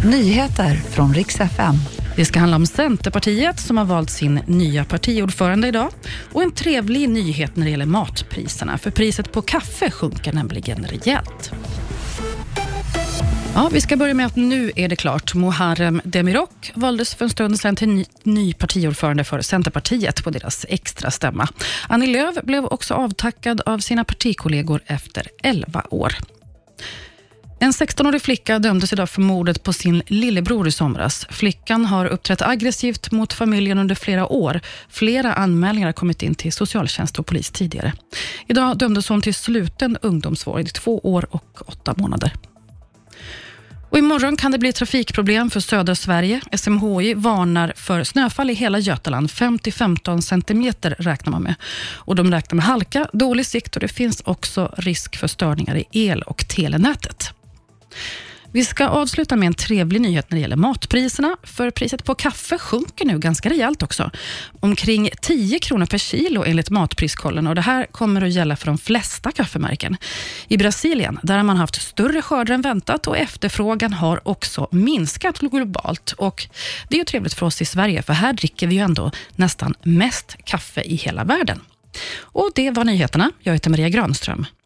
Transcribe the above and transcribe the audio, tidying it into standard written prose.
Nyheter från Rix FM. Det ska handla om Centerpartiet som har valt sin nya partiordförande idag. Och en trevlig nyhet när det gäller matpriserna. För priset på kaffe sjunker nämligen rejält. Ja, vi ska börja med att nu är det klart. Muharrem Demirok valdes för en stund sedan till ny partiordförande för Centerpartiet på deras extra stämma. Annie Lööf blev också avtackad av sina partikollegor efter 11 år. En 16-årig flicka dömdes idag för mordet på sin lillebror i somras. Flickan har uppträtt aggressivt mot familjen under flera år. Flera anmälningar har kommit in till socialtjänst och polis tidigare. Idag dömdes hon till sluten ungdomsvård i 2 år och 8 månader. Och imorgon kan det bli trafikproblem för södra Sverige. SMHI varnar för snöfall i hela Götaland. 5-15 centimeter räknar man med. Och de räknar med halka, dålig sikt och det finns också risk för störningar i el- och telenätet. Vi ska avsluta med en trevlig nyhet när det gäller matpriserna. För priset på kaffe sjunker nu ganska rejält också. Omkring 10 kronor per kilo enligt Matpriskollen. Och det här kommer att gälla för de flesta kaffemärken. I Brasilien, där har man haft större skördar än väntat. Och efterfrågan har också minskat globalt. Och det är ju trevligt för oss i Sverige. För här dricker vi ju ändå nästan mest kaffe i hela världen. Och det var nyheterna. Jag heter Maria Granström.